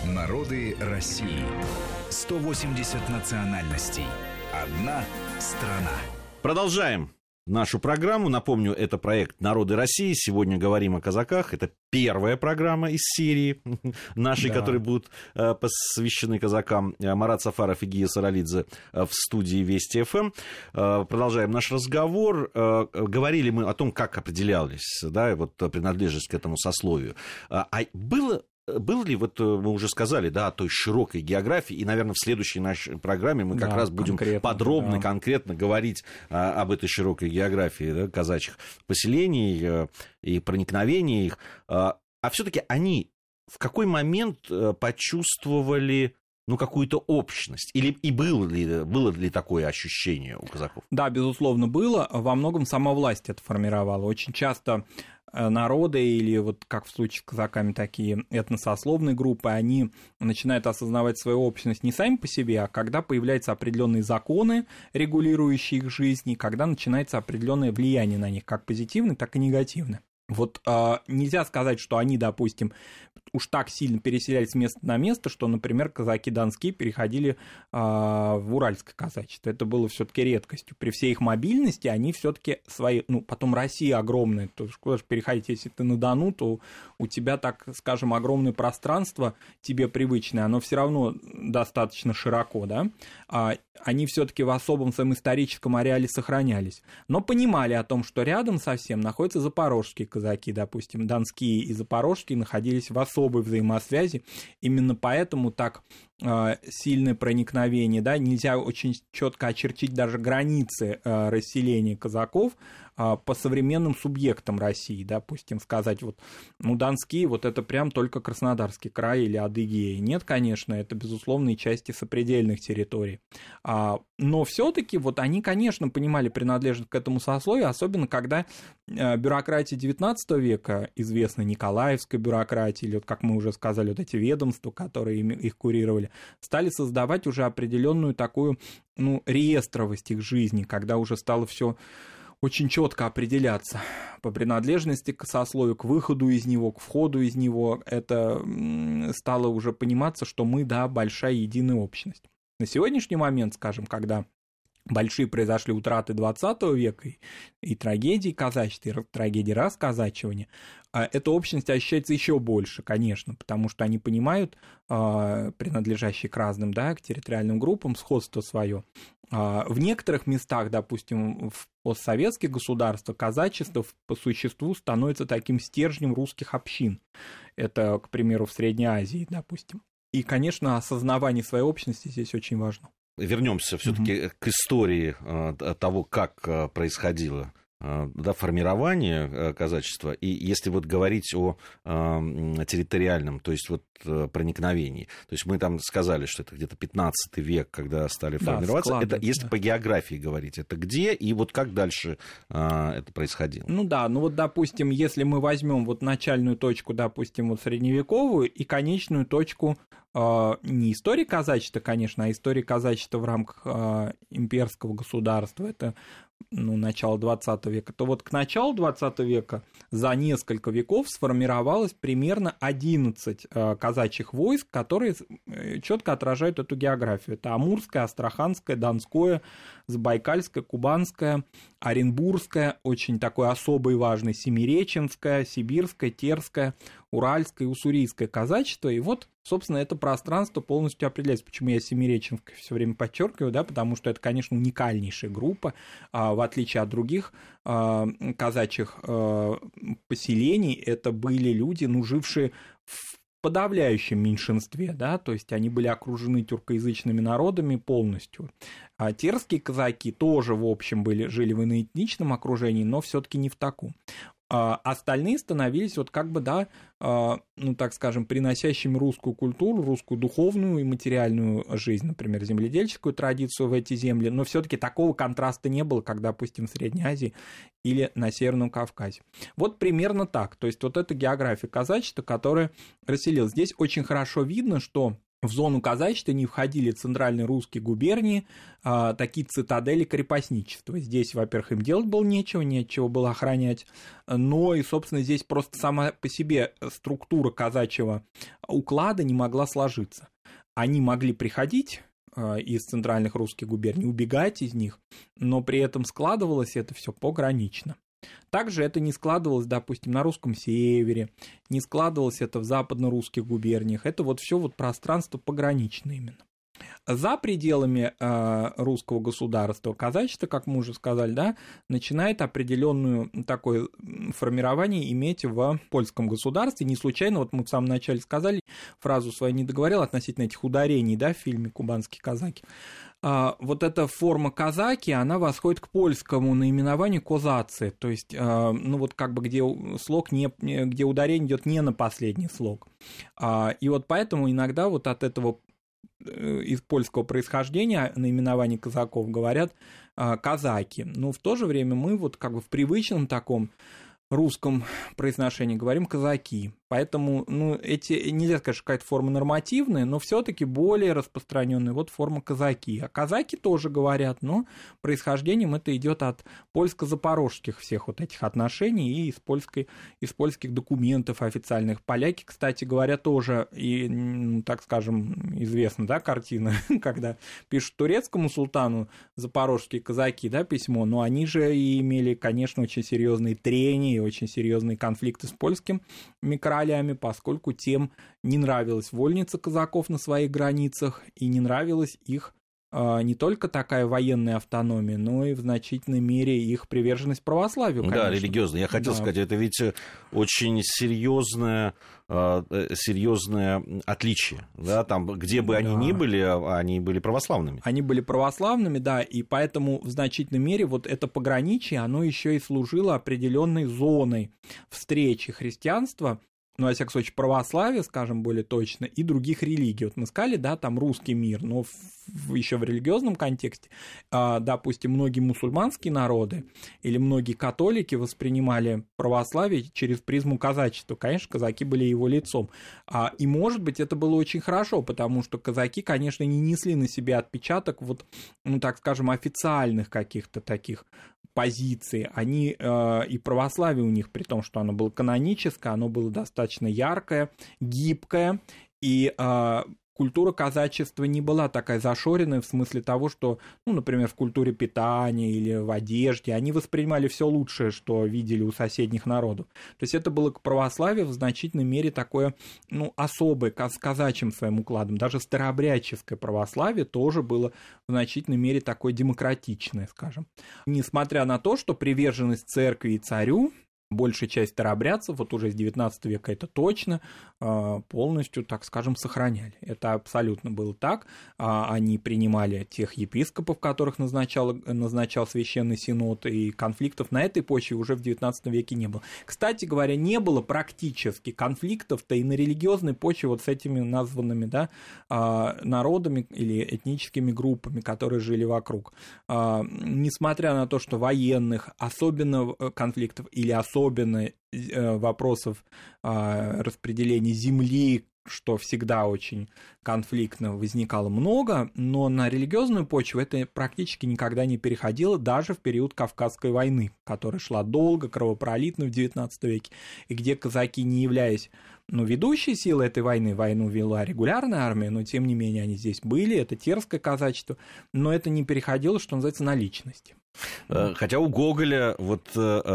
Народы России. 180 национальностей. Одна страна. Продолжаем нашу программу. Напомню, это проект «Народы России». Сегодня говорим о казаках. Это первая программа из серии нашей, которые будут посвящены казакам. Марат Сафаров и Гия Саралидзе в студии Вести ФМ. Продолжаем наш разговор. Говорили мы о том, как определялись, да, вот принадлежность к этому сословию. А было ли, вот мы уже сказали, да, о той широкой географии, и, наверное, в следующей нашей программе мы как раз будем подробно, конкретно говорить об этой широкой географии, да, казачьих поселений и проникновении их. А все-таки они в какой момент почувствовали какую-то общность? И было ли такое ощущение у казаков? Да, безусловно, было. Во многом сама власть это формировала. Очень часто народы или, вот как в случае с казаками, такие этносословные группы, они начинают осознавать свою общность не сами по себе, а когда появляются определенные законы, регулирующие их жизнь, и когда начинается определенное влияние на них, как позитивное, так и негативное. Вот нельзя сказать, что они, допустим, уж так сильно переселялись с места на место, что, например, казаки донские переходили в уральское казачество. Это было все-таки редкостью. При всей их мобильности они все-таки свои... потом Россия огромная, то куда же переходить, если ты на Дону, то у тебя, так скажем, огромное пространство тебе привычное, оно все равно достаточно широко, да? Они все-таки в особом своем историческом ареале сохранялись, но понимали о том, что рядом совсем находятся запорожские казаки, допустим, донские и запорожские находились в особой взаимосвязи, именно поэтому так сильное проникновение, да, нельзя очень четко очертить даже границы расселения казаков по современным субъектам России, допустим, сказать, донские, это прям только Краснодарский край или Адыгея. Нет, конечно, это безусловные части сопредельных территорий. Но все-таки они, конечно, понимали принадлежность к этому сословию, особенно когда бюрократия XIX века, известная Николаевская бюрократия, или, как мы уже сказали, эти ведомства, которые их курировали, стали создавать уже определенную такую, реестровость их жизни, когда уже стало все очень четко определяться по принадлежности к сословию, к выходу из него, к входу из него. Это стало уже пониматься, что мы, да, большая единая общность. На сегодняшний момент, скажем, когда большие произошли утраты XX века и трагедии казачества, и трагедии расказачивания, эта общность ощущается еще больше, конечно, потому что они понимают, принадлежащие к разным, да, к территориальным группам, сходство свое. В некоторых местах, допустим, в постсоветских государствах, казачество по существу становится таким стержнем русских общин. Это, к примеру, в Средней Азии, допустим. И, конечно, осознавание своей общности здесь очень важно. Вернемся все-таки к истории того, как происходило формирование казачества, и если говорить о территориальном, то есть проникновении, то есть мы там сказали, что это где-то 15 век, когда стали формироваться, это если по географии говорить, это где и как дальше это происходило? Допустим, если мы возьмем начальную точку, допустим, средневековую и конечную точку не истории казачества, конечно, а истории казачества в рамках имперского государства, это начало 20 века, то к началу 20 века за несколько веков сформировалось примерно 11 казачьих войск, которые четко отражают эту географию. Это Амурское, Астраханское, Донское, Забайкальское, Кубанское, Оренбургское, очень такое особое и важное, Семиреченское, Сибирское, Терское, Уральское и Уссурийское казачество. И собственно, это пространство полностью определяется. Почему я Семиреченское все время подчеркиваю, да, потому что это, конечно, уникальнейшая группа, в отличие от других казачьих поселений, это были люди, жившие в подавляющем меньшинстве, да, то есть они были окружены тюркоязычными народами полностью. А терские казаки тоже, в общем, жили в иноэтничном окружении, но все-таки не в таком. Остальные становились так скажем, приносящими русскую культуру, русскую духовную и материальную жизнь, например, земледельческую традицию в эти земли, но все-таки такого контраста не было, как, допустим, в Средней Азии или на Северном Кавказе. Примерно так. То есть эта география казачества, которая расселилась. Здесь очень хорошо видно, что в зону казачества не входили центральные русские губернии, такие цитадели крепостничества. Здесь, во-первых, им делать было нечего было охранять, но и, собственно, здесь просто сама по себе структура казачьего уклада не могла сложиться. Они могли приходить из центральных русских губерний, убегать из них, но при этом складывалось это все погранично. Также это не складывалось, допустим, на русском севере, не складывалось это в западно-русских губерниях. Это вот все вот пространство пограничное именно. За пределами русского государства казачество, как мы уже сказали, да, начинает определенное такое формирование иметь в польском государстве. Не случайно, вот мы в самом начале сказали, фразу свою не договорил относительно этих ударений, да, в фильме «Кубанские казаки». Вот эта форма казаки, она восходит к польскому наименованию козацы, то есть, ну вот как бы где слог где ударение идет не на последний слог. И вот поэтому иногда вот от этого из польского происхождения наименование казаков говорят казаки. Но в то же время мы вот как бы в привычном таком русском произношении говорим казаки. Поэтому, ну, эти, нельзя сказать, что какая-то форма нормативная, но все-таки более распространенная вот форма казаки. А казаки тоже говорят, но происхождением это идет от польско-запорожских всех вот этих отношений и из польских документов официальных. Поляки, кстати говоря, тоже, и, ну, так скажем, известна, да, картина, когда пишут турецкому султану запорожские казаки, да, письмо, но они же и имели, конечно, очень серьезные трения и очень серьезные конфликты с польским королями, поскольку тем не нравилась вольница казаков на своих границах и не нравилась их не только такая военная автономия, но и в значительной мере их приверженность православию, конечно. Да, религиозная. Я хотел сказать, это ведь очень серьезное отличие. Да? Там, где бы они ни были, они были православными. Они были православными, да, и поэтому в значительной мере вот это пограничье, оно еще и служило определенной зоной встречи христианства, ну, во всяком случае, православие, скажем более точно, и других религий. Вот мы сказали, да, там русский мир, но еще в религиозном контексте, допустим, многие мусульманские народы или многие католики воспринимали православие через призму казачества. Конечно, казаки были его лицом. И, может быть, это было очень хорошо, потому что казаки, конечно, не несли на себе отпечаток, вот, ну, так скажем, официальных каких-то таких позиций. Они и православие у них, при том, что оно было каноническое, оно было достаточно яркое, гибкое, и культура казачества не была такая зашоренная в смысле того, что, ну, например, в культуре питания или в одежде они воспринимали все лучшее, что видели у соседних народов. То есть это было к православию в значительной мере такое, ну, особое, с казачьим своим укладом. Даже старообрядческое православие тоже было в значительной мере такое демократичное, скажем. Несмотря на то, что приверженность церкви и царю, большая часть старообрядцев, вот уже с XIX века это точно, полностью, так скажем, сохраняли. Это абсолютно было так. Они принимали тех епископов, которых назначал Священный Синод, и конфликтов на этой почве уже в XIX веке не было. Кстати говоря, не было практически конфликтов-то и на религиозной почве вот с этими названными, да, народами или этническими группами, которые жили вокруг. Несмотря на то, что военных, особенно конфликтов или особенно вопросов распределения земли, что всегда очень конфликтно возникало много, но на религиозную почву это практически никогда не переходило, даже в период Кавказской войны, которая шла долго, кровопролитно в XIX веке, и где казаки, не являясь, ну, ведущей силой этой войны, войну вела регулярная армия, но тем не менее они здесь были, это терское казачество, но это не переходило, что называется, на личности. Хотя у Гоголя вот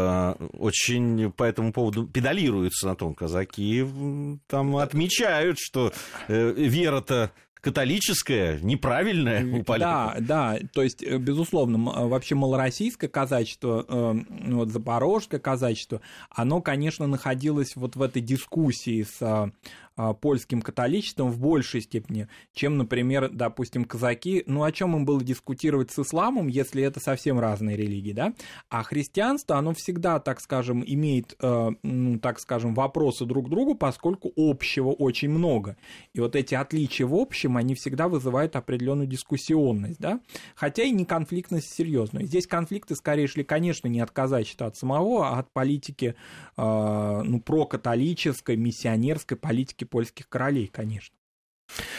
очень по этому поводу педалируются на том казаки, там отмечают, что вера-то католическое, неправильное у поляков. Да, то есть, безусловно, вообще малороссийское казачество, вот запорожское казачество, оно, конечно, находилось вот в этой дискуссии с польским католичеством в большей степени, чем, например, допустим, казаки. Ну, о чем им было дискутировать с исламом, если это совсем разные религии, да? А христианство, оно всегда, так скажем, имеет, ну, так скажем, вопросы друг к другу, поскольку общего очень много. И вот эти отличия в общем, они всегда вызывают определенную дискуссионность, да? Хотя и не конфликтность серьезную. Здесь конфликты скорее шли, конечно, не от казачества, от самого, а от политики, ну, прокатолической, миссионерской политики польских королей, конечно.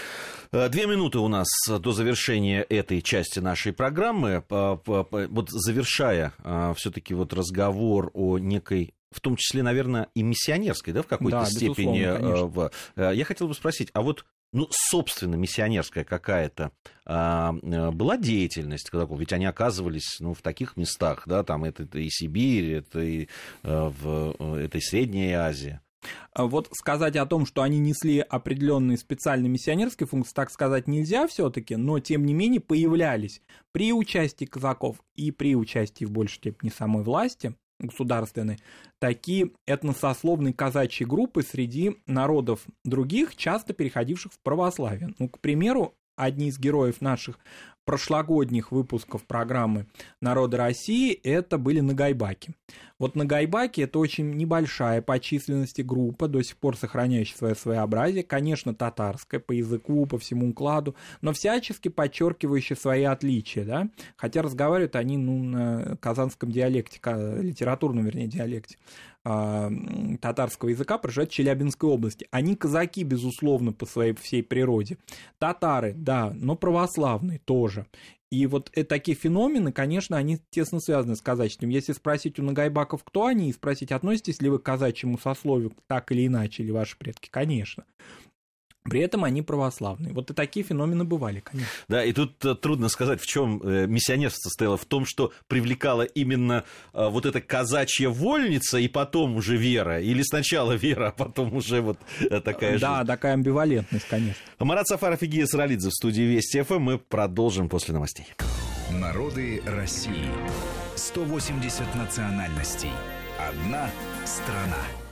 2 минуты у нас до завершения этой части нашей программы. Вот завершая все-таки вот разговор о некой, в том числе, наверное, и миссионерской, да, в какой-то степени. Я хотел бы спросить, а вот, собственно, миссионерская какая-то была деятельность, ведь они оказывались, в таких местах, да, там это и Сибирь, это и Средняя Азия. Вот сказать о том, что они несли определенные специальные миссионерские функции, так сказать нельзя все-таки, но тем не менее появлялись при участии казаков и при участии в большей степени самой власти государственной такие этносословные казачьи группы среди народов других, часто переходивших в православие. К примеру, одни из героев наших прошлогодних выпусков программы «Народы России» это были нагайбаки. Вот нагайбаки — это очень небольшая по численности группа, до сих пор сохраняющая свое своеобразие, конечно, татарская по языку, по всему укладу, но всячески подчеркивающая свои отличия, да? Хотя разговаривают они на казанском диалекте, литературном, диалекте татарского языка, проживают в Челябинской области. Они казаки, безусловно, по своей всей природе. Татары, да, но православные тоже. И вот такие феномены, конечно, они тесно связаны с казачеством. Если спросить у нагайбаков, кто они, и спросить, относитесь ли вы к казачьему сословию так или иначе, или ваши предки, конечно. При этом они православные. Вот и такие феномены бывали, конечно. Да, и тут трудно сказать, в чем миссионерство состояло. В том, что привлекала именно вот эта казачья вольница и потом уже вера. Или сначала вера, а потом уже вот такая жизнь. Да, такая амбивалентность, конечно. Марат Сафаров и Гия Саралидзе в студии Вести ФМ. Мы продолжим после новостей. Народы России. 180 национальностей. Одна страна.